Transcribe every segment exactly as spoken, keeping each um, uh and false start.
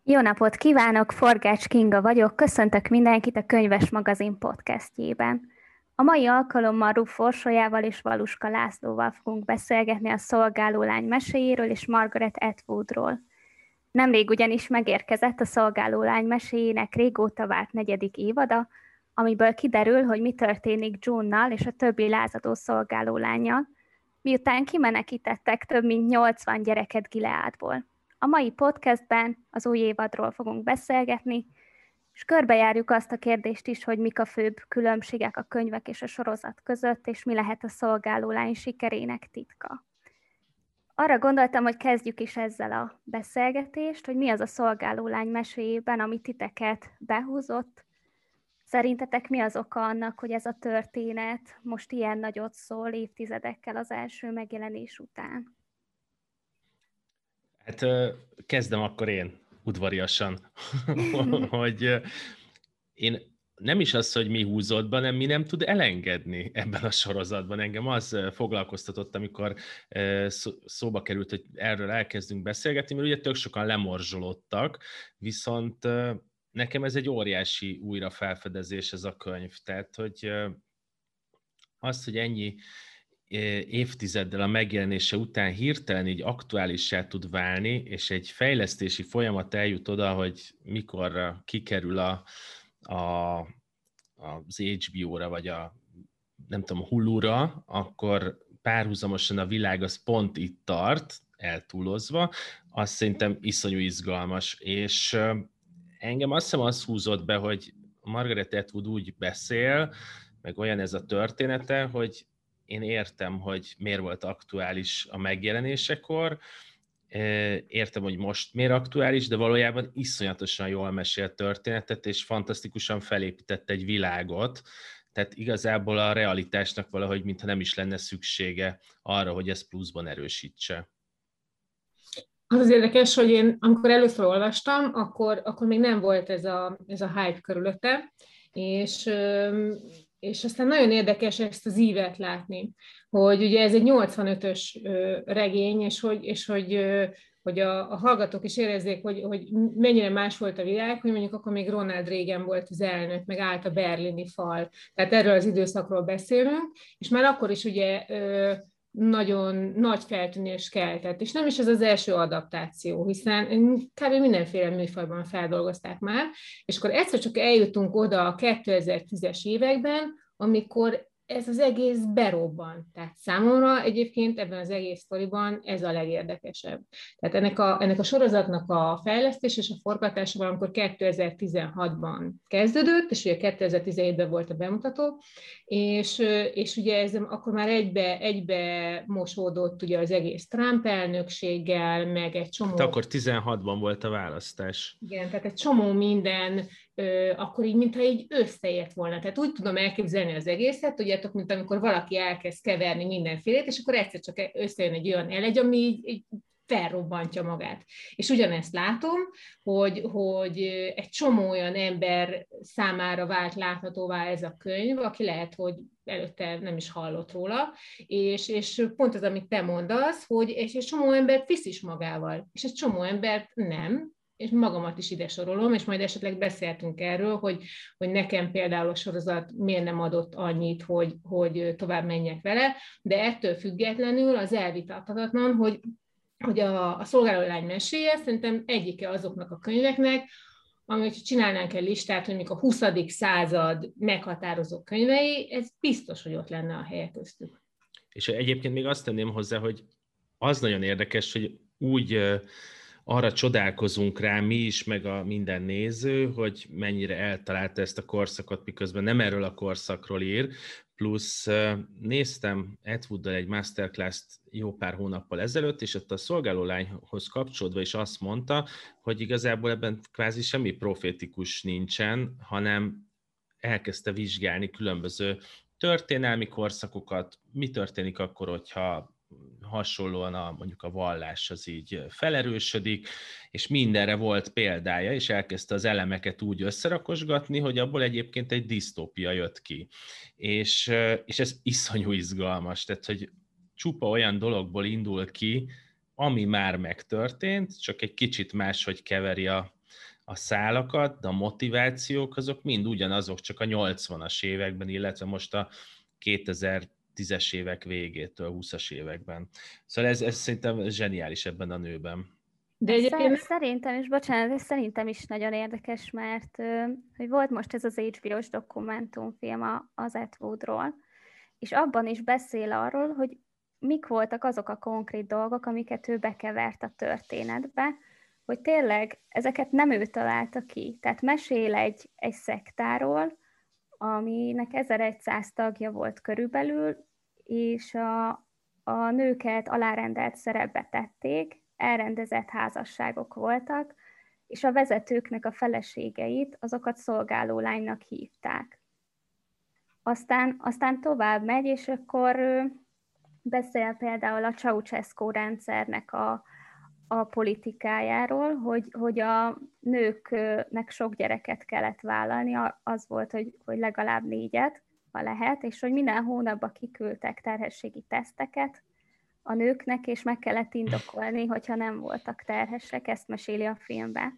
Jó napot kívánok, Forgács Kinga vagyok, köszöntök mindenkit a Könyves Magazin podcastjében. A mai alkalommal Ruf Orsolyával és Valuska Lászlóval fogunk beszélgetni a Szolgálólány meséjéről és Margaret Atwoodról. Nemrég ugyanis megérkezett a Szolgálólány meséjének régóta várt negyedik évada, amiből kiderül, hogy mi történik June-nal és a többi lázadó szolgálólánnyal, miután kimenekítettek több mint nyolcvan gyereket Gileádból. A mai podcastben az új évadról fogunk beszélgetni, és körbejárjuk azt a kérdést is, hogy mik a főbb különbségek a könyvek és a sorozat között, és mi lehet a Szolgálólány sikerének titka. Arra gondoltam, hogy kezdjük is ezzel a beszélgetést, hogy mi az a Szolgálólány meséjében, ami titeket behúzott. Szerintetek mi az oka annak, hogy ez a történet most ilyen nagyot szól évtizedekkel az első megjelenés után? Hát kezdem akkor én udvariasan, hogy én nem is az, hogy mi húzott be, hanem mi nem tud elengedni ebben a sorozatban. Engem az foglalkoztatott, amikor szóba került, hogy erről elkezdünk beszélgetni, mert ugye tök sokan lemorzsolódtak, viszont nekem ez egy óriási újrafelfedezés ez a könyv. Tehát, hogy az, hogy ennyi évtizeddel a megjelenése után hirtelen így aktuálissá tud válni, és egy fejlesztési folyamat eljut oda, hogy mikor kikerül a, a, az há bé ó-ra, vagy a nem tudom, Hulu-ra, akkor párhuzamosan a világ az pont itt tart, eltúlozva, az szerintem iszonyú izgalmas, és engem azt hiszem az húzott be, hogy Margaret Atwood úgy beszél, meg olyan ez a története, hogy én értem, hogy miért volt aktuális a megjelenésekor, értem, hogy most miért aktuális, de valójában iszonyatosan jól mesélt történetet, és fantasztikusan felépített egy világot, tehát igazából a realitásnak valahogy mintha nem is lenne szüksége arra, hogy ezt pluszban erősítse. Az az érdekes, hogy én amikor először olvastam, akkor, akkor még nem volt ez a, ez a hype körülötte, és... És aztán nagyon érdekes ezt az ívet látni, hogy ugye ez egy nyolcvanötös regény, és hogy, és hogy, hogy a, a hallgatók is érezzék, hogy, hogy mennyire más volt a világ, hogy mondjuk akkor még Ronald Reagan volt az elnök, meg állt a berlini fal. Tehát erről az időszakról beszélünk, és már akkor is ugye nagyon nagy feltűnés keltett, és nem is ez az első adaptáció, hiszen kb. Mindenféle műfajban feldolgozták már, és akkor egyszer csak eljutunk oda a kétezer-tízes években, amikor ez az egész berobban. Tehát számomra egyébként ebben az egész sztoriban ez a legérdekesebb. Tehát ennek a, ennek a sorozatnak a fejlesztés és a forgatása valamikor kétezer-tizenhatban kezdődött, és ugye kétezer-tizenhétben volt a bemutató, és, és ugye ez akkor már egybe, egybe mosódott ugye az egész Trump elnökséggel, meg egy csomó... Hát akkor tizenhatban volt a választás. Igen, tehát egy csomó minden, akkor így, mintha így összeért volna. Tehát úgy tudom elképzelni az egészet, tudjátok, mint amikor valaki elkezd keverni mindenfélét, és akkor egyszer csak összejön egy olyan elegy, ami így, így felrobbantja magát. És ugyanezt látom, hogy, hogy egy csomó olyan ember számára vált láthatóvá ez a könyv, aki lehet, hogy előtte nem is hallott róla, és, és pont az, amit te mondasz, hogy egy, egy csomó embert visz is magával, és egy csomó embert nem, és magamat is ide sorolom, és majd esetleg beszéltünk erről, hogy, hogy nekem például a sorozat miért nem adott annyit, hogy, hogy tovább menjek vele, de ettől függetlenül az elvitathatatlan, hogy, hogy a, a Szolgálólány meséje szerintem egyike azoknak a könyveknek, amit csinálnánk egy listát, hogy mikor a huszadik század meghatározó könyvei, ez biztos, hogy ott lenne a helye köztük. És egyébként még azt tenném hozzá, hogy az nagyon érdekes, hogy úgy arra csodálkozunk rá mi is, meg a minden néző, hogy mennyire eltalálta ezt a korszakot, miközben nem erről a korszakról ír, plusz néztem Atwooddal egy masterclass-t jó pár hónappal ezelőtt, és ott a Szolgálólányhoz kapcsolódva is azt mondta, hogy igazából ebben kvázi semmi profétikus nincsen, hanem elkezdte vizsgálni különböző történelmi korszakokat, mi történik akkor, hogyha hasonlóan a, mondjuk a vallás az így felerősödik, és mindenre volt példája, és elkezdte az elemeket úgy összerakosgatni, hogy abból egyébként egy disztópia jött ki. És, és ez iszonyú izgalmas, tehát hogy csupa olyan dologból indul ki, ami már megtörtént, csak egy kicsit máshogy keveri a, a szálakat, de a motivációk azok mind ugyanazok, csak a nyolcvanas években, illetve most a kétezer-tízes évek végétől, húszas években. Szóval ez, ez szerintem zseniális ebben a nőben. De egyébként... Szerintem is, bocsánat, ez szerintem is nagyon érdekes, mert hogy volt most ez az há bé ó-s dokumentumfilm az Ed Woodról, és abban is beszél arról, hogy mik voltak azok a konkrét dolgok, amiket ő bekevert a történetbe, hogy tényleg ezeket nem ő találta ki. Tehát mesél egy, egy szektáról, aminek ezerszáz tagja volt körülbelül, és a, a nőket alárendelt szerepbe tették, elrendezett házasságok voltak, és a vezetőknek a feleségeit, azokat szolgálólánynak hívták. Aztán, aztán tovább megy, és akkor beszél például a Ceausescu rendszernek a, a politikájáról, hogy, hogy a nőknek sok gyereket kellett vállalni, az volt, hogy, hogy legalább négyet, ha lehet, és hogy minden hónapban kiküldtek terhességi teszteket a nőknek, és meg kellett indokolni, hogyha nem voltak terhesek, ezt meséli a filmben.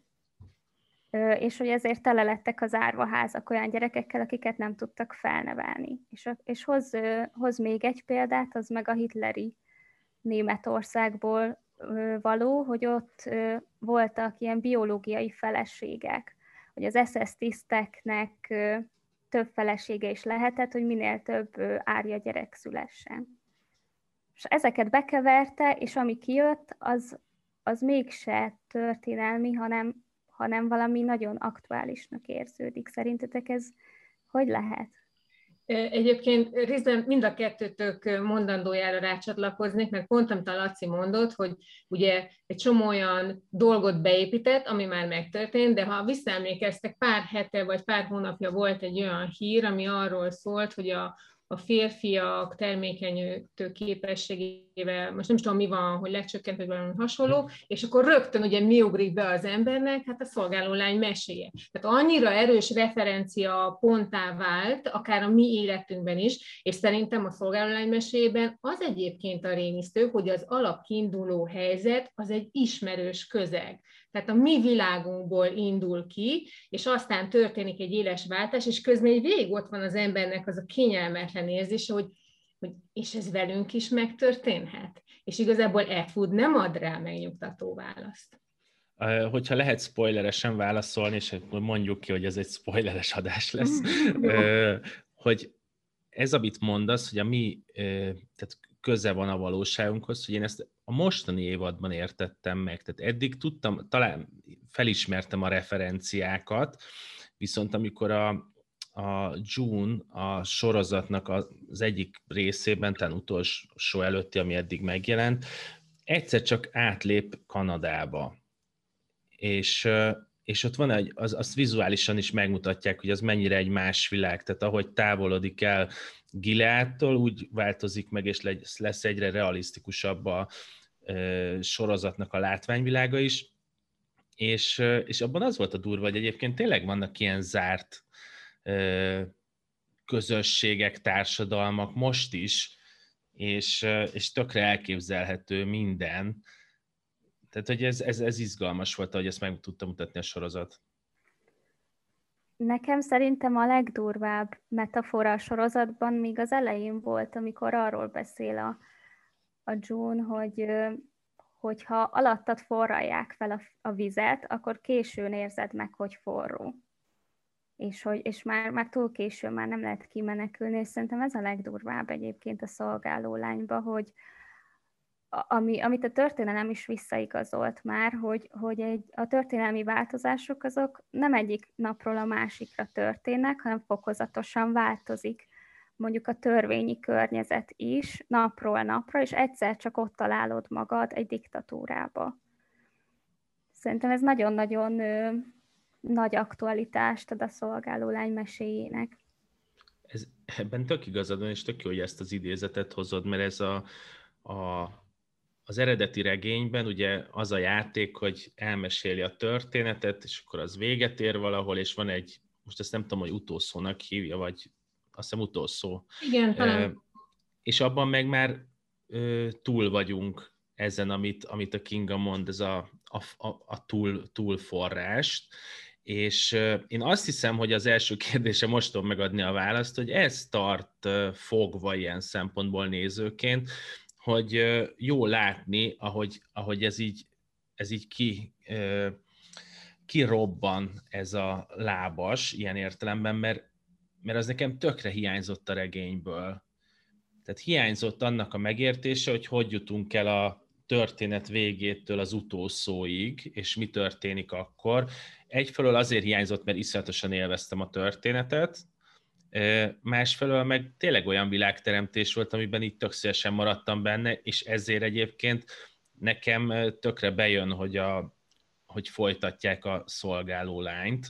És hogy ezért tele lettek az árvaházak olyan gyerekekkel, akiket nem tudtak felnevelni. És, és hoz, hoz még egy példát, az meg a hitleri Németországból való, hogy ott voltak ilyen biológiai feleségek, hogy az es es tiszteknek több felesége is lehetett, hogy minél több árja gyerek szülessen. És ezeket bekeverte, és ami kijött, az, az mégse történelmi, hanem, hanem valami nagyon aktuálisnak érződik. Szerintetek ez hogy lehet? Egyébként részben mind a kettőtök mondandójára rácsatlakoznék, mert pont, amit a Laci mondott, hogy ugye egy csomó olyan dolgot beépített, ami már megtörtént, de ha visszaemlékeztek, pár hete vagy pár hónapja volt egy olyan hír, ami arról szólt, hogy a a férfiak termékenyítő képességével, most nem is tudom, mi van, hogy lecsökkent, vagy valami hasonló, és akkor rögtön ugye mi ugrik be az embernek, hát a szolgálólány meséje. Tehát annyira erős referencia ponttá vált, akár a mi életünkben is, és szerintem a szolgálólány meséjében az egyébként a rémisztő, hogy az alapkiinduló helyzet az egy ismerős közeg. Tehát a mi világunkból indul ki, és aztán történik egy éles váltás, és közben egy végig ott van az embernek az a kényelmetlen érzése, hogy, hogy és ez velünk is megtörténhet. És igazából Ed Wood nem ad rá megnyugtató választ. Hogyha lehet spoileresen válaszolni, és mondjuk ki, hogy ez egy spoileres adás lesz, hogy ez, amit mondasz, hogy a mi, tehát köze van a valóságunkhoz, hogy én ezt a mostani évadban értettem meg. Tehát eddig tudtam, talán felismertem a referenciákat, viszont amikor a, a June a sorozatnak az egyik részében, talán utolsó előtti, ami eddig megjelent, egyszer csak átlép Kanadába. És, és ott van egy, az, azt vizuálisan is megmutatják, hogy az mennyire egy más világ. Tehát ahogy távolodik el Gileádtól, úgy változik meg, és lesz egyre realisztikusabb a e, sorozatnak a látványvilága is. És, és abban az volt a durva, hogy egyébként tényleg vannak ilyen zárt e, közösségek, társadalmak most is, és, és tökre elképzelhető minden. Tehát, hogy ez, ez, ez izgalmas volt, hogy ezt meg tudta mutatni a sorozat. Nekem szerintem a legdurvább metafora a sorozatban még az elején volt, amikor arról beszél a, a June, hogy hogyha alattad forralják fel a, a vizet, akkor későn érzed meg, hogy forró. És, hogy, és már, már túl későn már nem lehet kimenekülni, és szerintem ez a legdurvább egyébként a szolgálólányba, hogy Ami, amit a történelem is visszaigazolt már, hogy, hogy egy, a történelmi változások azok nem egyik napról a másikra történnek, hanem fokozatosan változik. Mondjuk a törvényi környezet is napról napra, és egyszer csak ott találod magad egy diktatúrába. Szerintem ez nagyon-nagyon ö, nagy aktualitást ad a szolgálólány meséjének. Ez, ebben tök igazad van, és tök jó, hogy ezt az idézetet hozod, mert ez a, a az eredeti regényben ugye az a játék, hogy elmeséli a történetet, és akkor az véget ér valahol, és van egy, most ezt nem tudom, hogy utószónak hívja, vagy azt hiszem utószó. Igen, talán. És abban meg már túl vagyunk ezen, amit, amit a Kinga mond, ez a, a, a, a túl, túlforrást, és én azt hiszem, hogy az első kérdése most tudom megadni a választ, hogy ez tart fogva ilyen szempontból nézőként, hogy jó látni, ahogy, ahogy ez így, ez így ki, kirobban ez a lábas ilyen értelemben, mert, mert az nekem tökre hiányzott a regényből. Tehát hiányzott annak a megértése, hogy hogy jutunk el a történet végétől az utószóig, és mi történik akkor. Egyfelől azért hiányzott, mert iszonyatosan élveztem a történetet, másfelől meg tényleg olyan világteremtés volt, amiben így tök szívesen maradtam benne, és ezért egyébként nekem tökre bejön, hogy, a, hogy folytatják a szolgáló lányt,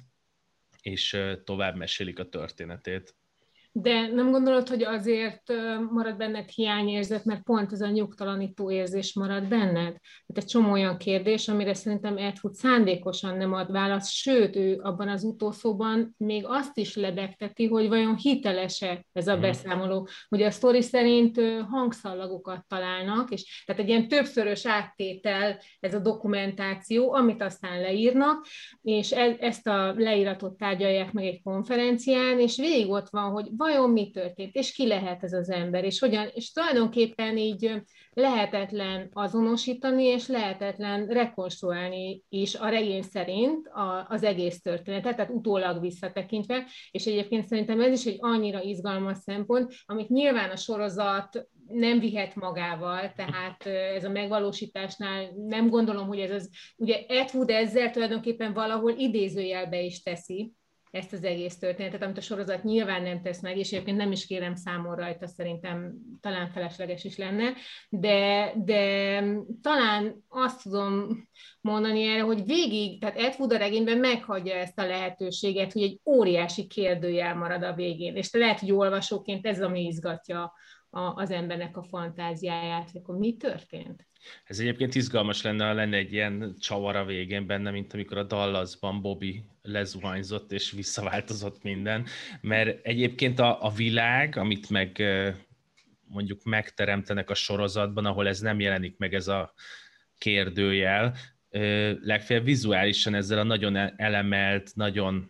és tovább mesélik a történetét. De nem gondolod, hogy azért marad benned hiányérzet, mert pont ez a nyugtalanító érzés marad benned? Hát egy csomó olyan kérdés, amire szerintem Atwood szándékosan nem ad választ, sőt, ő abban az utószóban még azt is lebegteti, hogy vajon hiteles-e ez a beszámoló. Ugye a sztori szerint hangszallagokat találnak, és tehát egy ilyen többszörös áttétel ez a dokumentáció, amit aztán leírnak, és e- ezt a leíratot tárgyalják meg egy konferencián, és végig ott van, hogy vajon mi történt, és ki lehet ez az ember, és hogyan, és tulajdonképpen így lehetetlen azonosítani, és lehetetlen rekonstruálni is a regény szerint a, az egész történetet, tehát utólag visszatekintve, és egyébként szerintem ez is egy annyira izgalmas szempont, amit nyilván a sorozat nem vihet magával, tehát ez a megvalósításnál nem gondolom, hogy ez az, ugye Atwood ezzel tulajdonképpen valahol idézőjelbe is teszi ezt az egész történetet, amit a sorozat nyilván nem tesz meg, és egyébként nem is kérem számon rajta, szerintem talán felesleges is lenne, de, de talán azt tudom mondani erre, hogy végig, tehát Atwood a regényben meghagyja ezt a lehetőséget, hogy egy óriási kérdőjel marad a végén, és te lehet, hogy olvasóként ez ami izgatja a, az embernek a fantáziáját, hogy akkor mi történt? Ez egyébként izgalmas lenne, ha lenne egy ilyen csavar a végén benne, mint amikor a Dallasban Bobby lezuhanyzott, és visszaváltozott minden. Mert egyébként a, a világ, amit meg mondjuk megteremtenek a sorozatban, ahol ez nem jelenik meg, ez a kérdőjel, legfeljebb vizuálisan ezzel a nagyon elemelt, nagyon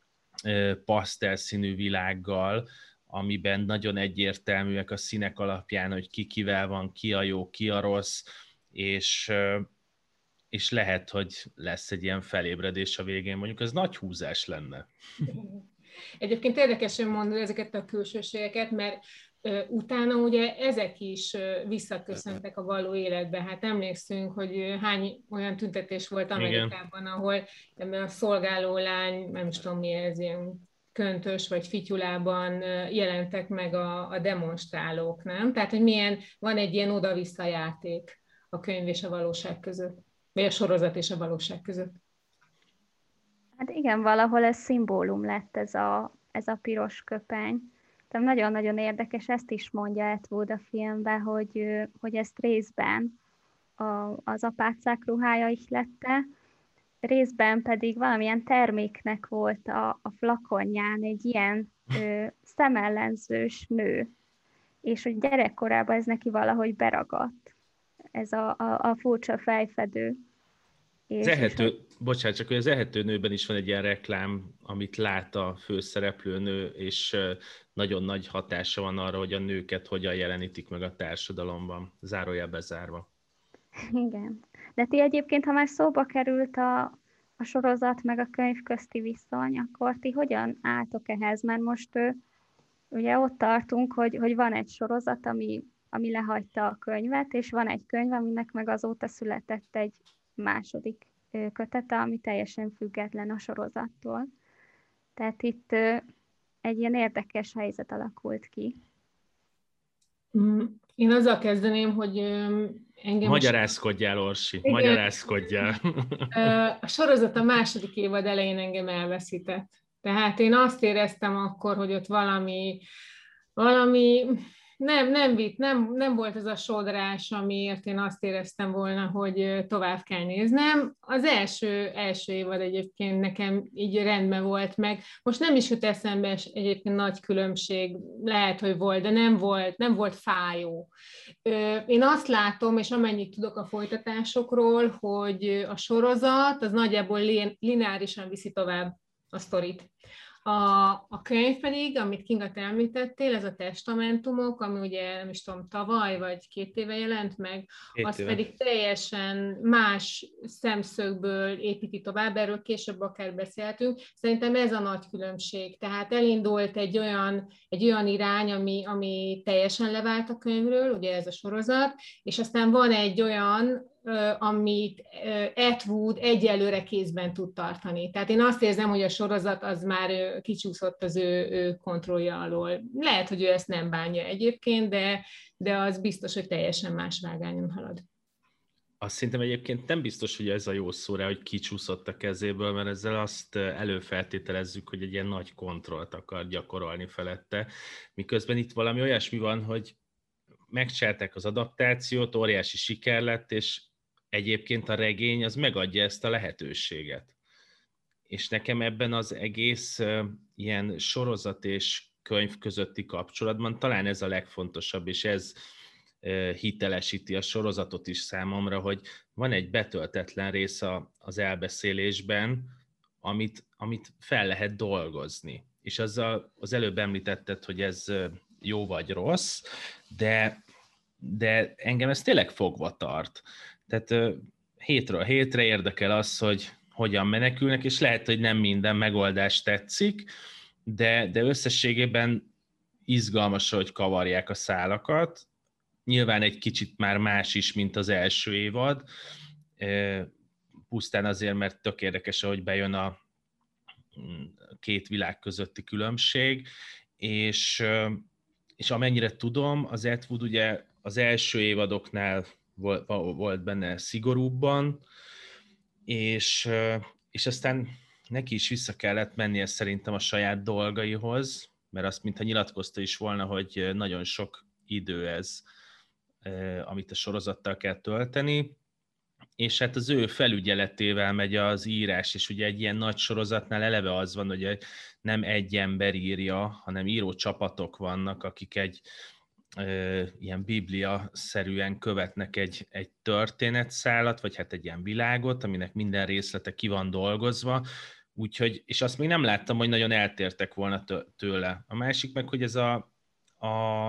pasztelszínű világgal, amiben nagyon egyértelműek a színek alapján, hogy ki kivel van, ki a jó, ki a rossz, és, és lehet, hogy lesz egy ilyen felébredés a végén, mondjuk ez nagy húzás lenne. Egyébként érdekesen mondod ezeket a külsőségeket, mert utána ugye ezek is visszaköszöntek a való életbe. Hát emlékszünk, hogy hány olyan tüntetés volt Amerikában, igen, ahol a szolgáló lány, nem is tudom mi ez, ilyen köntös vagy fityulában jelentek meg a, a demonstrálók, nem? Tehát, hogy milyen, van egy ilyen oda-vissza játék a könyv és a valóság között, vagy a sorozat és a valóság között. Hát igen, valahol ez szimbólum lett ez a, ez a piros köpeny. Tehát nagyon-nagyon érdekes, ezt is mondja Atwood a filmben, hogy, hogy ezt részben a, az apácák ruhája ihlette, részben pedig valamilyen terméknek volt a, a flakonján egy ilyen ö, szemellenzős nő, és hogy gyerekkorában ez neki valahogy beragadt, ez a, a, a furcsa fejfedő. És, az ehető, és bocsánat, csak hogy az ehető nőben is van egy ilyen reklám, amit lát a főszereplőnő, és nagyon nagy hatása van arra, hogy a nőket hogyan jelenítik meg a társadalomban, zárójel bezárva. Igen. De ti egyébként, ha már szóba került a, a sorozat meg a könyv közti viszony, akkor ti hogyan álltok ehhez? Mert most ő, ugye ott tartunk, hogy, hogy van egy sorozat, ami, ami lehagyta a könyvet, és van egy könyv, aminek meg azóta született egy második kötete, ami teljesen független a sorozattól. Tehát itt egy ilyen érdekes helyzet alakult ki. Én azzal kezdeném, hogy engem... Magyarázkodjál, Orsi, igen. Magyarázkodjál. A sorozat a második évad elején engem elveszített. Tehát én azt éreztem akkor, hogy ott valami, valami Nem, nem vitt, nem, nem volt ez a sodrás, amiért én azt éreztem volna, hogy tovább kell néznem. Az első, első évad egyébként nekem így rendben volt meg. Most nem is jut eszembe egyébként nagy különbség, lehet, hogy volt, de nem volt, nem volt fájó. Én azt látom, és amennyit tudok a folytatásokról, hogy a sorozat az nagyjából lineárisan viszi tovább a sztorit. A, a könyv pedig, amit Kinga te említettél, ez a Testamentumok, ami ugye nem is tudom, tavaly vagy két éve jelent meg, Két az éve. pedig teljesen más szemszögből építi tovább, erről később akár beszéltünk. Szerintem ez a nagy különbség. Tehát elindult egy olyan, egy olyan irány, ami, ami teljesen levált a könyvről, ugye ez a sorozat, és aztán van egy olyan, amit Atwood egyelőre kézben tud tartani. Tehát én azt érzem, hogy a sorozat az már kicsúszott az ő, ő kontrollja alól. Lehet, hogy ő ezt nem bánja egyébként, de, de az biztos, hogy teljesen más vágányon halad. Azt szerintem egyébként nem biztos, hogy ez a jó szó rá, hogy kicsúszott a kezéből, mert ezzel azt előfeltételezzük, hogy egy ilyen nagy kontrollt akar gyakorolni felette, miközben itt valami olyasmi van, hogy megcsinálták az adaptációt, óriási siker lett, és egyébként a regény az megadja ezt a lehetőséget. És nekem ebben az egész uh, ilyen sorozat és könyv közötti kapcsolatban talán ez a legfontosabb, és ez uh, hitelesíti a sorozatot is számomra, hogy van egy betöltetlen rész a, az elbeszélésben, amit, amit fel lehet dolgozni. És azzal az előbb említetted, hogy ez uh, jó vagy rossz, de, de engem ez tényleg fogva tart. Tehát hétről hétre érdekel az, hogy hogyan menekülnek, és lehet, hogy nem minden megoldás tetszik, de, de összességében izgalmas, hogy kavarják a szálakat. Nyilván egy kicsit már más is, mint az első évad. Pusztán azért, mert tök érdekes, ahogy bejön a két világ közötti különbség, és, és amennyire tudom, az Atwood ugye az első évadoknál volt benne szigorúbban, és, és aztán neki is vissza kellett mennie szerintem a saját dolgaihoz, mert azt mintha nyilatkozta is volna, hogy nagyon sok idő ez, amit a sorozattal kell tölteni, és hát az ő felügyeletével megy az írás, és ugye egy ilyen nagy sorozatnál eleve az van, hogy nem egy ember írja, hanem író csapatok vannak, akik egy ilyen biblia-szerűen követnek egy, egy történetszálat, vagy hát egy ilyen világot, aminek minden részlete ki van dolgozva, úgyhogy, és azt még nem láttam, hogy nagyon eltértek volna tőle. A másik meg, hogy ez a, a,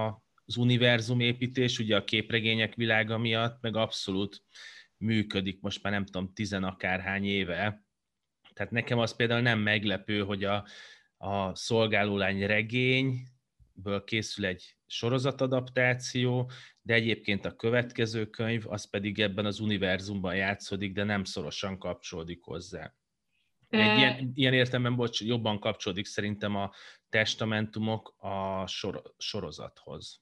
az univerzum építés, ugye a képregények világa miatt, meg abszolút működik most már nem tudom, tizenakárhány éve. Tehát nekem az például nem meglepő, hogy a, a szolgálólány regényből készül egy sorozatadaptáció, de egyébként a következő könyv, az pedig ebben az univerzumban játszódik, de nem szorosan kapcsolódik hozzá. Egy ilyen, ilyen értelemben, bocs, jobban kapcsolódik szerintem a testamentumok a sor, sorozathoz.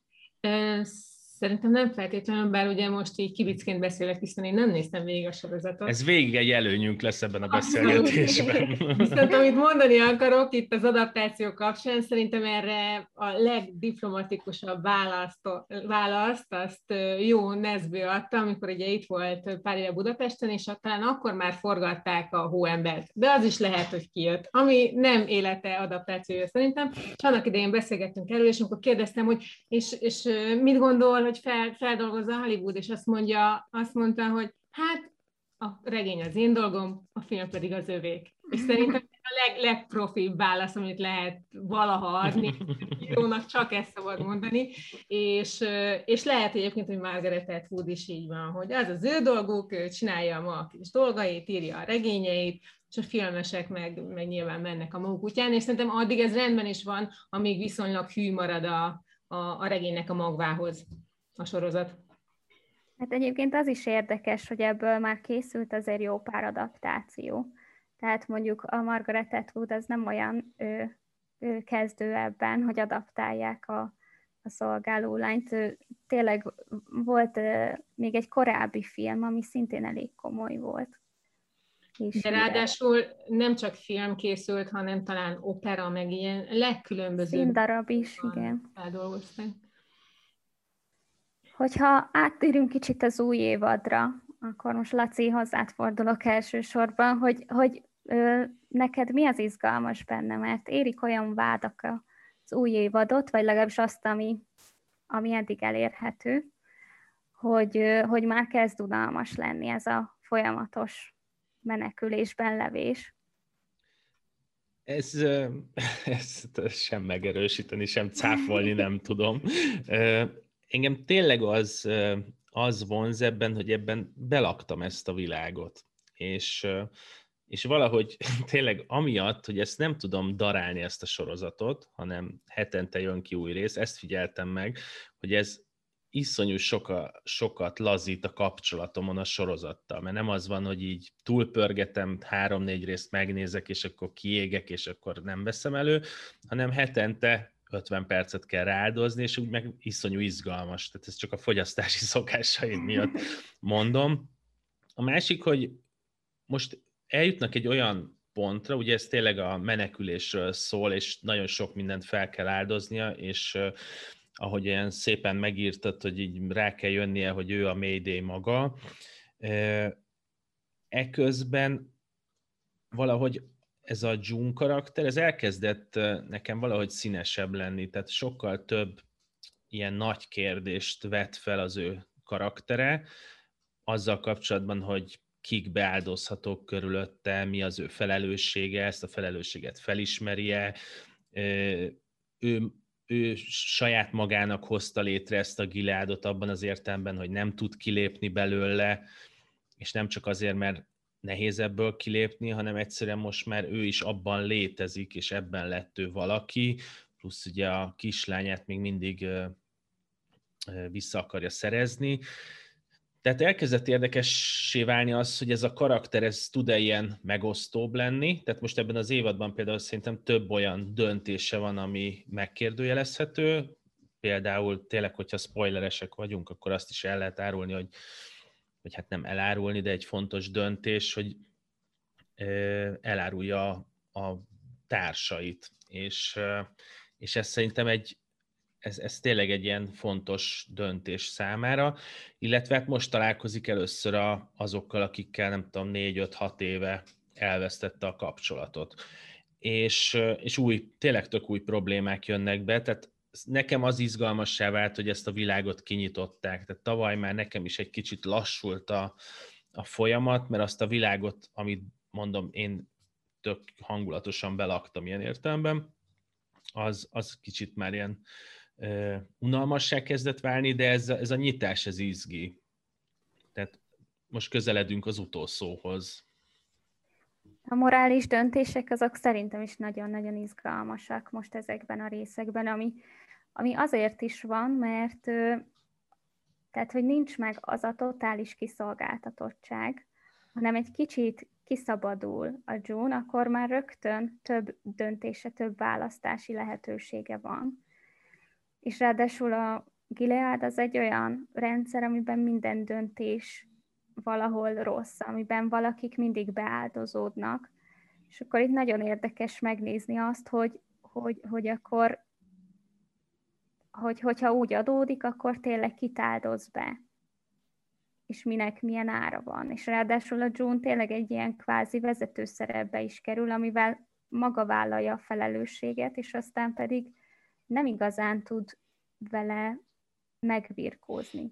Szerintem nem feltétlenül, bár ugye most így kibicként beszélek, hiszen én nem néztem végig a sorozatot. Ez végig egy előnyünk lesz ebben a beszélgetésben. Viszont amit mondani akarok itt az adaptáció kapcsán, szerintem erre a legdiplomatikusabb választ, választ azt jó Nesbő adta, amikor ugye itt volt pár éve Budapesten, és talán akkor már forgatták a Hóembert. De az is lehet, hogy kijött, ami nem élete adaptációja szerintem. És annak idején beszélgettünk erről, és amikor kérdeztem, hogy és, és mit gondol, hogy fel, feldolgozza Hollywood, és azt mondja, azt mondta, hogy hát a regény az én dolgom, a film pedig az övék. És szerintem a leg, legprofibb válasz, amit lehet valaha adni, írónak csak ezt szabad mondani, és, és lehet egyébként, hogy Margaret Atwood is így van, hogy az az ő dolguk, ő csinálja a maga kis dolgait, írja a regényeit, és a filmesek meg, meg nyilván mennek a maguk útján, és szerintem addig ez rendben is van, amíg viszonylag hű marad a, a, a regénynek a magvához a sorozat. Hát egyébként az is érdekes, hogy ebből már készült azért jó pár adaptáció. Tehát mondjuk a Margaret Atwood az nem olyan ő, ő kezdő ebben, hogy adaptálják a, a szolgálólányt. Ő, tényleg volt uh, még egy korábbi film, ami szintén elég komoly volt. És de ráadásul nem csak film készült, hanem talán opera, meg ilyen legkülönbözőbb. Színdarab is, igen. Feldolgozták. Hogyha áttérünk kicsit az új évadra, akkor most Laci, hozzád fordulok elsősorban, hogy, hogy ö, neked mi az izgalmas benne, mert érik olyan vádak az új évadot, vagy legalábbis azt, ami, ami eddig elérhető, hogy, ö, hogy már kezd unalmas lenni ez a folyamatos menekülésben levés. Ez, ezt sem megerősíteni, sem cáfolni nem tudom. Engem tényleg az, az vonz ebben, hogy ebben belaktam ezt a világot. És, és valahogy tényleg amiatt, hogy ezt nem tudom darálni ezt a sorozatot, hanem hetente jön ki új rész, ezt figyeltem meg, hogy ez iszonyú soka, sokat lazít a kapcsolatomon a sorozattal, mert nem az van, hogy így túlpörgetem, három-négy részt megnézek, és akkor kiégek, és akkor nem veszem elő, hanem hetente ötven percet kell rááldozni, és úgy meg iszonyú izgalmas. Tehát ez csak a fogyasztási szokásaid miatt mondom. A másik, hogy most eljutnak egy olyan pontra, ugye ez tényleg a menekülésről szól, és nagyon sok mindent fel kell áldoznia, és ahogy ilyen szépen megírtad, hogy így rá kell jönnie, hogy ő a Mayday maga. Eközben valahogy ez a June karakter, ez elkezdett nekem valahogy színesebb lenni, tehát sokkal több ilyen nagy kérdést vet fel az ő karaktere, azzal kapcsolatban, hogy kik beáldozhatók körülötte, mi az ő felelőssége, ezt a felelősséget felismerje, ő ő saját magának hozta létre ezt a Gileadot abban az értelemben, hogy nem tud kilépni belőle, és nem csak azért, mert nehéz ebből kilépni, hanem egyszerűen most már ő is abban létezik, és ebben lett ő valaki, plusz ugye a kislányát még mindig vissza akarja szerezni. Tehát elkezdett érdekessé válni az, hogy ez a karakter, ez tud-e ilyen megosztóbb lenni. Tehát most ebben az évadban például szerintem több olyan döntése van, ami megkérdőjelezhető. Például tényleg, hogyha spoileresek vagyunk, akkor azt is el lehet árulni, hogy, hogy hát nem elárulni, de egy fontos döntés, hogy elárulja a társait. És, és ez szerintem egy Ez, ez tényleg egy ilyen fontos döntés számára, illetve hát most találkozik először a, azokkal, akikkel nem tudom, négy-öt-hat éve elvesztette a kapcsolatot. És, és új, tényleg tök új problémák jönnek be, tehát nekem az izgalmassá vált, hogy ezt a világot kinyitották. Tehát tavaly már nekem is egy kicsit lassult a, a folyamat, mert azt a világot, amit mondom, én tök hangulatosan belaktam ilyen értelemben, az, az kicsit már ilyen Uh, unalmassá kezdett válni, de ez, ez a nyitás, ez izgi. Tehát most közeledünk az utószóhoz. A morális döntések azok szerintem is nagyon-nagyon izgalmasak most ezekben a részekben, ami, ami azért is van, mert tehát, hogy nincs meg az a totális kiszolgáltatottság, hanem egy kicsit kiszabadul a June, akkor már rögtön több döntése, több választási lehetősége van. És ráadásul a Gilead az egy olyan rendszer, amiben minden döntés valahol rossz, amiben valakik mindig beáldozódnak. És akkor itt nagyon érdekes megnézni azt, hogy, hogy, hogy akkor, hogy, hogyha úgy adódik, akkor tényleg kit áldoz be, és minek milyen ára van. És ráadásul a June tényleg egy ilyen kvázi vezető szerepbe is kerül, amivel maga vállalja a felelősséget, és aztán pedig nem igazán tud vele megvirkózni.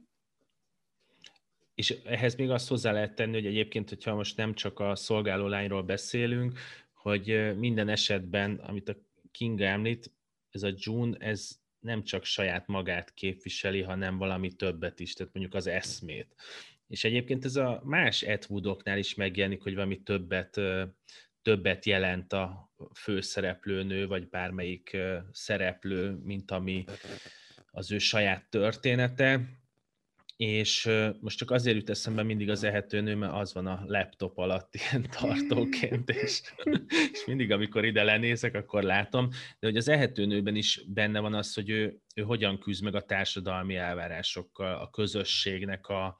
És ehhez még azt hozzá lehet tenni, hogy egyébként, hogyha most nem csak a szolgálólányról beszélünk, hogy minden esetben, amit a Kinga említ, ez a June, ez nem csak saját magát képviseli, hanem valami többet is, tehát mondjuk az eszmét. És egyébként ez a más Ed Woodoknál is megjelenik, hogy valami többet, többet jelent a főszereplőnő, vagy bármelyik szereplő, mint ami az ő saját története. És most csak azért jut eszembe mindig az ehetőnő, mert az van a laptop alatt ilyen tartóként, és, és mindig, amikor ide lenézek, akkor látom, de hogy az ehetőnőben is benne van az, hogy ő, ő hogyan küzd meg a társadalmi elvárásokkal, a közösségnek a,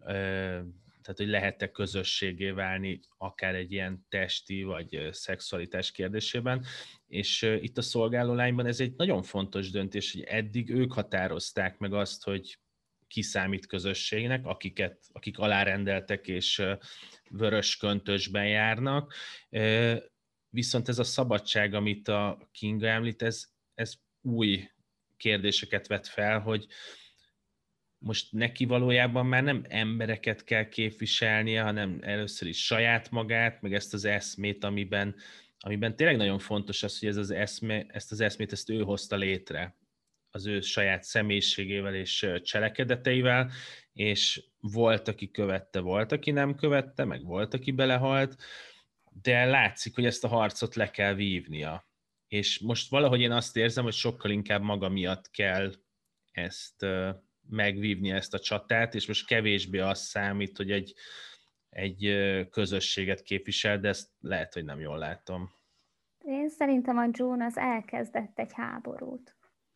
tehát hogy lehet-e közösségé válni akár egy ilyen testi vagy szexualitás kérdésében, és itt a szolgálólányban ez egy nagyon fontos döntés, hogy eddig ők határozták meg azt, hogy kiszámít közösségnek, akiket, akik alárendeltek és vörös köntösben járnak. Viszont ez a szabadság, amit a Kinga említ, ez, ez új kérdéseket vet fel, hogy most neki valójában már nem embereket kell képviselnie, hanem először is saját magát, meg ezt az eszmét, amiben, amiben tényleg nagyon fontos az, hogy ez az eszme, ezt az eszmét ezt ő hozta létre az ő saját személyiségével és cselekedeteivel, és volt, aki követte, volt, aki nem követte, meg volt, aki belehalt, de látszik, hogy ezt a harcot le kell vívnia. És most valahogy én azt érzem, hogy sokkal inkább maga miatt kell ezt megvívni, ezt a csatát, és most kevésbé az számít, hogy egy, egy közösséget képvisel, de ezt lehet, hogy nem jól látom. Én szerintem a June az elkezdett egy háborút.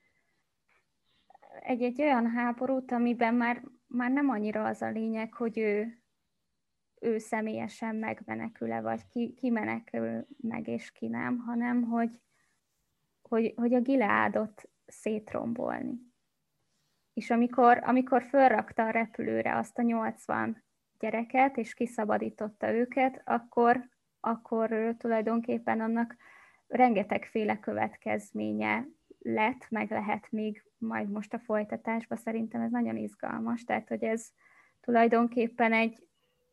Egy, egy olyan háborút, amiben már, már nem annyira az a lényeg, hogy ő, ő személyesen megmenekül-e, vagy ki, ki menekül meg, és ki nem, hanem hogy, hogy, hogy a Gileádot szétrombolni. És amikor, amikor fölrakta a repülőre azt a nyolcvan gyereket, és kiszabadította őket, akkor, akkor tulajdonképpen annak rengetegféle következménye lett, meg lehet még majd most a folytatásban, szerintem ez nagyon izgalmas, tehát hogy ez tulajdonképpen egy,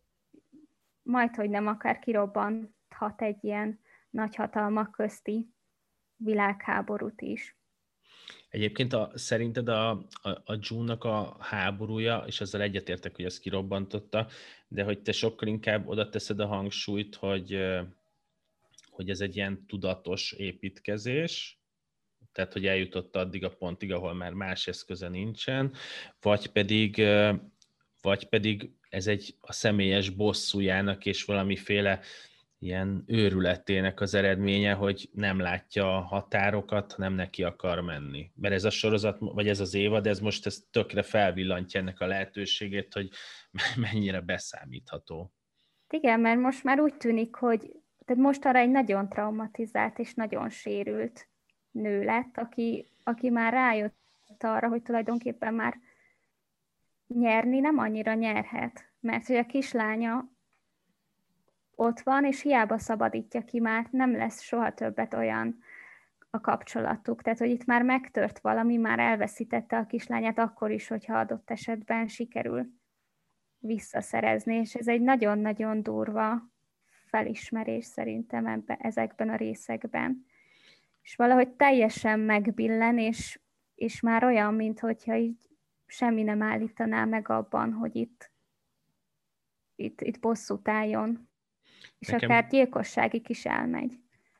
majdhogy nem akár kirobbanthat egy ilyen nagyhatalmak közti világháborút is. Egyébként a, szerinted a, a, a June-nak a háborúja, és ezzel egyetértek, hogy ezt kirobbantotta, de hogy te sokkal inkább oda teszed a hangsúlyt, hogy, hogy ez egy ilyen tudatos építkezés, tehát hogy eljutott addig a pontig, ahol már más eszköze nincsen, vagy pedig, vagy pedig ez egy a személyes bosszújának és valamiféle ilyen őrületének az eredménye, hogy nem látja a határokat, nem neki akar menni. Mert ez a sorozat, vagy ez az évad, ez most ez tökre felvillantja ennek a lehetőségét, hogy mennyire beszámítható. Igen, mert most már úgy tűnik, hogy tehát most arra egy nagyon traumatizált és nagyon sérült nő lett, aki, aki már rájött arra, hogy tulajdonképpen már nyerni nem annyira nyerhet, mert hogy a kislánya ott van, és hiába szabadítja ki, már nem lesz soha többet olyan a kapcsolatuk. Tehát, hogy itt már megtört valami, már elveszítette a kislányát akkor is, hogyha adott esetben sikerül visszaszerezni, és ez egy nagyon-nagyon durva felismerés szerintem ebbe, ezekben a részekben. És valahogy teljesen megbillen, és, és már olyan, mintha így semmi nem állítaná meg abban, hogy itt, itt, itt bosszút álljon. És Nekem... akár gyilkosságig is elmegy.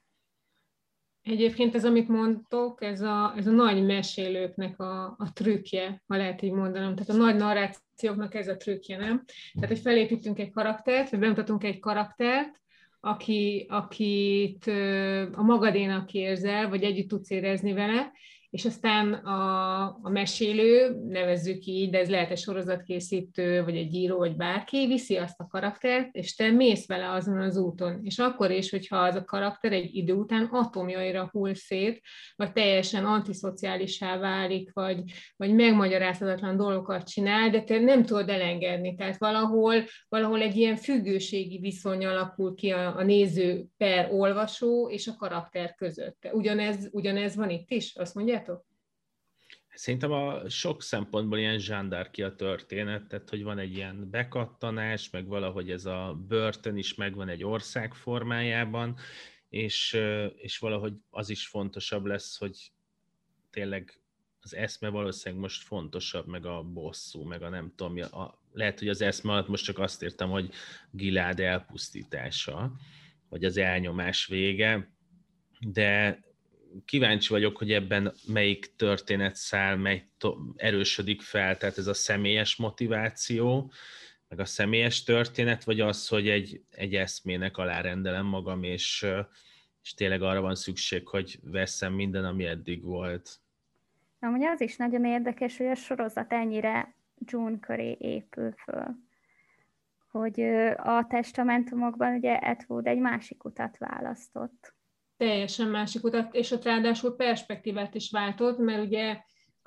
Egyébként ez, amit mondtok, ez a, ez a nagy mesélőknek a, a trükkje, ha lehet így mondanom. Tehát a nagy narrációknak ez a trükkje, nem? Tehát, hogy felépítünk egy karaktert, vagy bemutatunk egy karaktert, aki, akit a magadénak érzel, vagy együtt tudsz érezni vele, és aztán a, a mesélő, nevezzük így, de ez lehet egy sorozatkészítő, vagy egy író, vagy bárki, viszi azt a karaktert, és te mész vele azon az úton. És akkor is, hogyha az a karakter egy idő után atomjaira hull szét, vagy teljesen antiszociálisá válik, vagy, vagy megmagyarázhatatlan dolgokat csinál, de te nem tudod elengedni. Tehát valahol, valahol egy ilyen függőségi viszony alakul ki a, a néző per olvasó és a karakter között. Ugyanez, ugyanez van itt is, azt mondja? Szerintem a sok szempontból ilyen zsándarki a történet, tehát hogy van egy ilyen bekattanás, meg valahogy ez a börtön is megvan egy ország formájában, és, és valahogy az is fontosabb lesz, hogy tényleg az eszme valószínűleg most fontosabb, meg a bosszú, meg a nem tudom, a, lehet, hogy az eszme alatt most csak azt értem, hogy Gileád elpusztítása, vagy az elnyomás vége, de kíváncsi vagyok, hogy ebben melyik történetszál mely erősödik fel, tehát ez a személyes motiváció, meg a személyes történet, vagy az, hogy egy, egy eszmének alárendelem magam, és, és tényleg arra van szükség, hogy veszem minden, ami eddig volt. Na, ugye az is nagyon érdekes, hogy a sorozat ennyire June köré épül föl. Hogy a testamentumokban ugye Atwood egy másik utat választott. Teljesen másik utat, és ott ráadásul perspektívát is váltott, mert ugye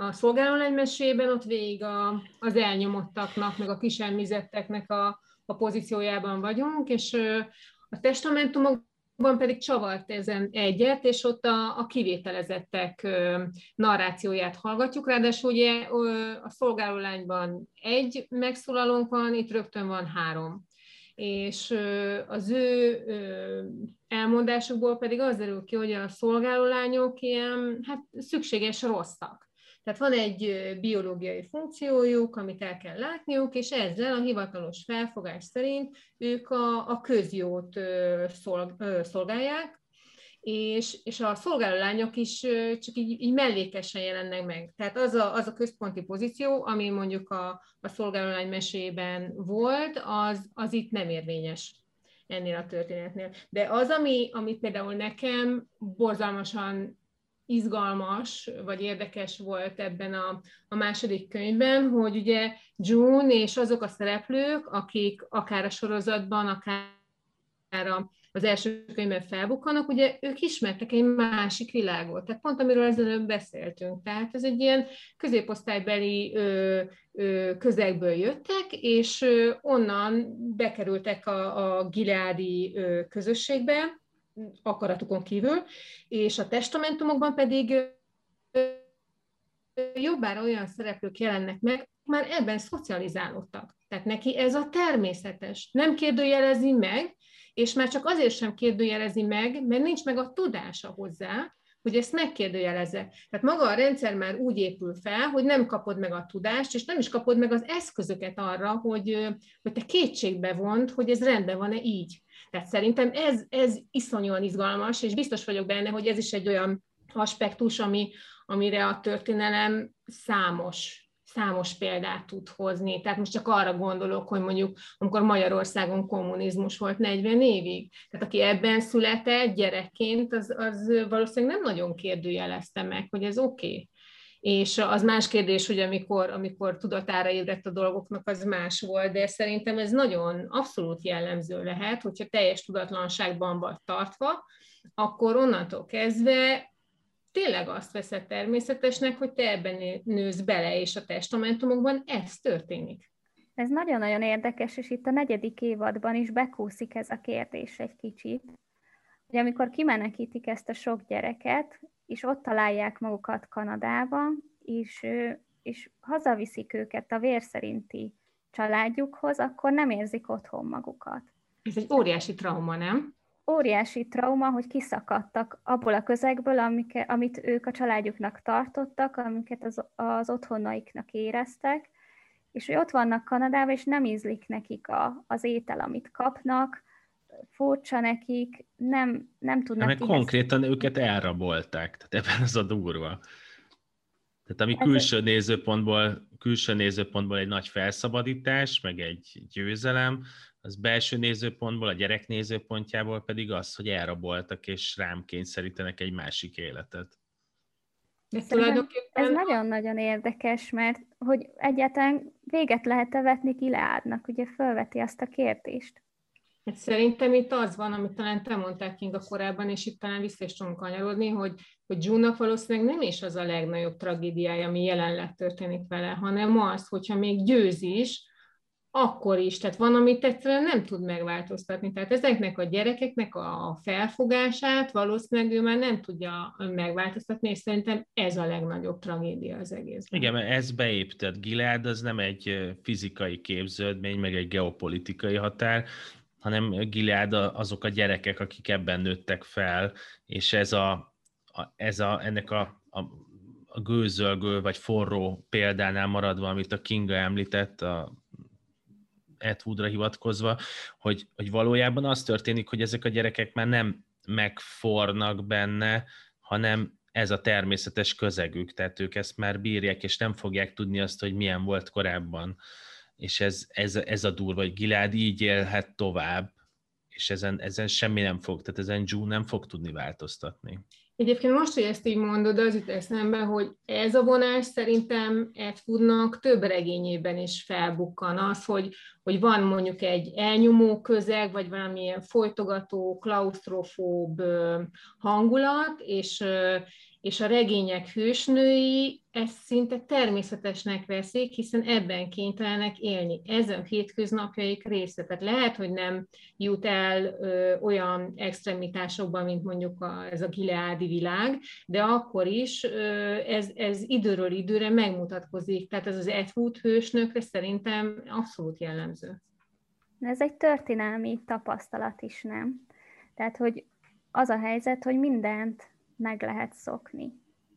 a szolgálólány mesében ott végig a, az elnyomottaknak, meg a kisemmizetteknek a, a pozíciójában vagyunk, és a testamentumokban pedig csavart ezen egyet, és ott a, a kivételezettek narrációját hallgatjuk. Ráadásul ugye a szolgálólányban egy megszólalónk van, itt rögtön van három. És az ő elmondásukból pedig az derül ki, hogy a szolgálólányok ilyen hát, szükséges rosszak. Tehát van egy biológiai funkciójuk, amit el kell látniuk, és ezzel a hivatalos felfogás szerint ők a, a közjót szolgálják, és, és a szolgálólányok is csak így, így mellékesen jelennek meg. Tehát az a, az a központi pozíció, ami mondjuk a, a szolgálólány mesében volt, az, az itt nem érvényes ennél a történetnél. De az, ami, ami például nekem borzalmasan izgalmas, vagy érdekes volt ebben a, a második könyvben, hogy ugye June és azok a szereplők, akik akár a sorozatban, akár a az első könyvben felbukkanak, ugye ők ismertek egy másik világot. Tehát pont amiről ezelőtt beszéltünk. Tehát ez egy ilyen középosztálybeli ö, ö, közegből jöttek, és ö, onnan bekerültek a, a gileádi ö, közösségbe, akaratukon kívül, és a testamentumokban pedig ö, jobbára olyan szereplők jelennek meg, már ebben szocializálódtak. Tehát neki ez a természetes. Nem kérdőjelezi meg, és már csak azért sem kérdőjelezi meg, mert nincs meg a tudása hozzá, hogy ezt megkérdőjelezze. Tehát maga a rendszer már úgy épül fel, hogy nem kapod meg a tudást, és nem is kapod meg az eszközöket arra, hogy, hogy te kétségbe vond, hogy ez rendben van-e így. Tehát szerintem ez, ez iszonyúan izgalmas, és biztos vagyok benne, hogy ez is egy olyan aspektus, ami, amire a történelem számos számos példát tud hozni. Tehát most csak arra gondolok, hogy mondjuk, amikor Magyarországon kommunizmus volt negyven évig, tehát aki ebben született gyerekként, az, az valószínűleg nem nagyon kérdőjelezte meg, hogy ez oké. Okay. És az más kérdés, hogy amikor, amikor tudatára ébredt a dolgoknak, az más volt, de szerintem ez nagyon abszolút jellemző lehet, hogyha teljes tudatlanságban vagy tartva, akkor onnantól kezdve tényleg azt veszed természetesnek, hogy te ebben nősz bele, és a testamentumokban ez történik. Ez nagyon-nagyon érdekes, és itt a negyedik évadban is bekúszik ez a kérdés egy kicsit, hogy amikor kimenekítik ezt a sok gyereket, és ott találják magukat Kanadában, és, és hazaviszik őket a vérszerinti családjukhoz, akkor nem érzik otthon magukat. Ez egy óriási trauma, nem? Óriási trauma, hogy kiszakadtak abból a közegből, amik, amit ők a családjuknak tartottak, amiket az, az otthonaiknak éreztek, és hogy ott vannak Kanadában, és nem ízlik nekik a, az étel, amit kapnak, furcsa nekik, nem, nem tudnak... Mert konkrétan őket elrabolták, tehát ebben az a durva. Tehát ami külső nézőpontból, külső nézőpontból egy nagy felszabadítás, meg egy győzelem, az belső nézőpontból, a gyerek nézőpontjából pedig az, hogy elraboltak és rám kényszerítenek egy másik életet. De tulajdonképpen... Ez nagyon-nagyon érdekes, mert hogy egyáltalán véget lehet-e vetni Gileádnak, ugye felveti azt a kérdést. Hát szerintem itt az van, amit talán te mondtál, Kinga, korábban, és itt talán vissza is tudunk kanyarodni, hogy, hogy June-nak valószínűleg nem is az a legnagyobb tragédiája, ami jelenleg történik vele, hanem az, hogyha még győz is, akkor is. Tehát van, amit egyszerűen nem tud megváltoztatni. Tehát ezeknek a gyerekeknek a felfogását valószínűleg ő már nem tudja megváltoztatni, és szerintem ez a legnagyobb tragédia az egészben. Igen, mert ez beépített. Gilead az nem egy fizikai képződmény, meg egy geopolitikai határ, hanem Gilead azok a gyerekek, akik ebben nőttek fel, és ez a, a, ez a, ennek a, a, a gőzölgő vagy forró példánál maradva, amit a Kinga említett, a Ed Woodra hivatkozva, hogy, hogy valójában az történik, hogy ezek a gyerekek már nem megfornak benne, hanem ez a természetes közegük, tehát ők ezt már bírják, és nem fogják tudni azt, hogy milyen volt korábban. És ez, ez, ez a durva, hogy Gilead így élhet tovább, és ezen, ezen semmi nem fog, tehát ezen June nem fog tudni változtatni. Egyébként most, hogy ezt így mondod, az jut eszembe, hogy ez a vonás szerintem Ed Woodnak több regényében is felbukkan az, hogy, hogy van mondjuk egy elnyomó közeg, vagy valamilyen folytogató, klausztrofób hangulat, és, és a regények hősnői ezt szinte természetesnek veszik, hiszen ebben kénytelenek élni. Ez a hétköznapjaik része. Tehát lehet, hogy nem jut el ö, olyan extremitásokba, mint mondjuk a, ez a gileádi világ, de akkor is ö, ez, ez időről időre megmutatkozik. Tehát ez az Eötvös hősnökre szerintem abszolút jellemző. Ez egy történelmi tapasztalat is, nem? Tehát, hogy az a helyzet, hogy mindent meg lehet szokni.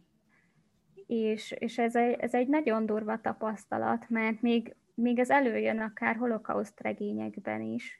És, és ez, egy, ez egy nagyon durva tapasztalat, mert még, még ez előjön akár holokauszt regényekben is.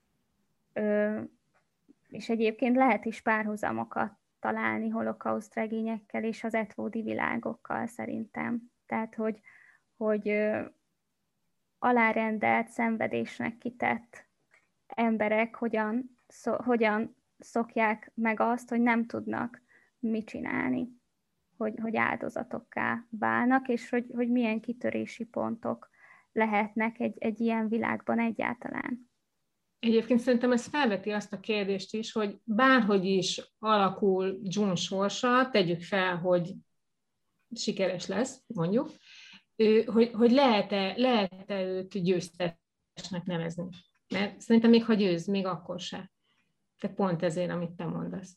Ö, és egyébként lehet is párhuzamokat találni holokauszt regényekkel és az etvódi világokkal szerintem. Tehát, hogy, hogy ö, alárendelt, szenvedésnek kitett emberek hogyan, szó, hogyan szokják meg azt, hogy nem tudnak mit csinálni, hogy, hogy áldozatokká válnak, és hogy, hogy milyen kitörési pontok lehetnek egy, egy ilyen világban egyáltalán. Egyébként szerintem ez felveti azt a kérdést is, hogy bárhogy is alakul June sorsa, tegyük fel, hogy sikeres lesz, mondjuk, hogy, hogy lehet-e, lehet-e őt győztesnek nevezni. Mert szerintem még ha győz, még akkor se. Te pont ezért, amit te mondasz.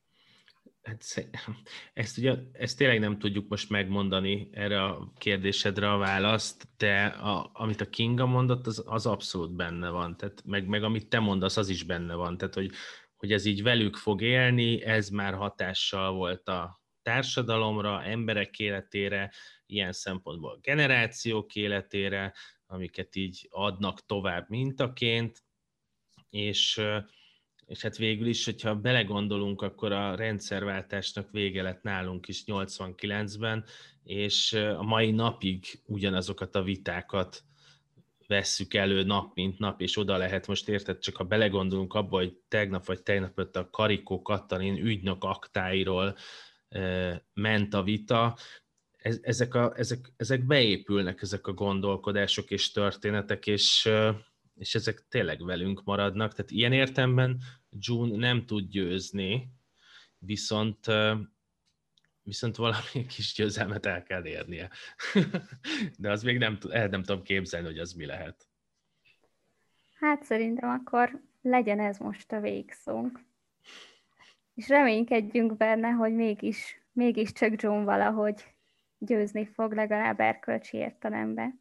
Hát, ezt, ugye, ezt tényleg nem tudjuk most megmondani erre a kérdésedre a választ, de a, amit a Kinga mondott, az, az abszolút benne van. Tehát meg, meg amit te mondasz, az is benne van. Tehát, hogy, hogy ez így velük fog élni, ez már hatással volt a társadalomra, emberek életére, ilyen szempontból generációk életére, amiket így adnak tovább mintaként, és És hát végül is, hogyha belegondolunk, akkor a rendszerváltásnak vége lett nálunk is nyolcvankilencben, és a mai napig ugyanazokat a vitákat vesszük elő nap, mint nap, és oda lehet most, érted, csak ha belegondolunk abba, hogy tegnap vagy tegnap előtt a Karikó Katalin ügynök aktáiról e, ment a vita, ez, ezek, a, ezek, ezek beépülnek, ezek a gondolkodások és történetek, és és ezek tényleg velünk maradnak, tehát ilyen értelemben June nem tud győzni, viszont, viszont valami kis győzelmet el kell érnie. De az még nem, el nem tudom képzelni, hogy az mi lehet. Hát szerintem akkor legyen ez most a végszónk. És reménykedjünk benne, hogy mégis, mégiscsak June valahogy győzni fog, legalább erkölcsi értelemben.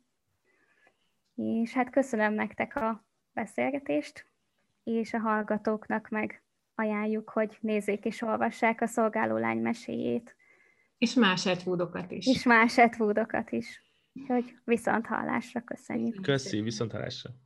És hát köszönöm nektek a beszélgetést, és a hallgatóknak meg ajánljuk, hogy nézzék és olvassák a Szolgálólány meséjét. És más Eötvösokat is. És más Eötvösokat is. Úgyhogy viszont hallásra köszönjük. Köszi, viszont hallásra.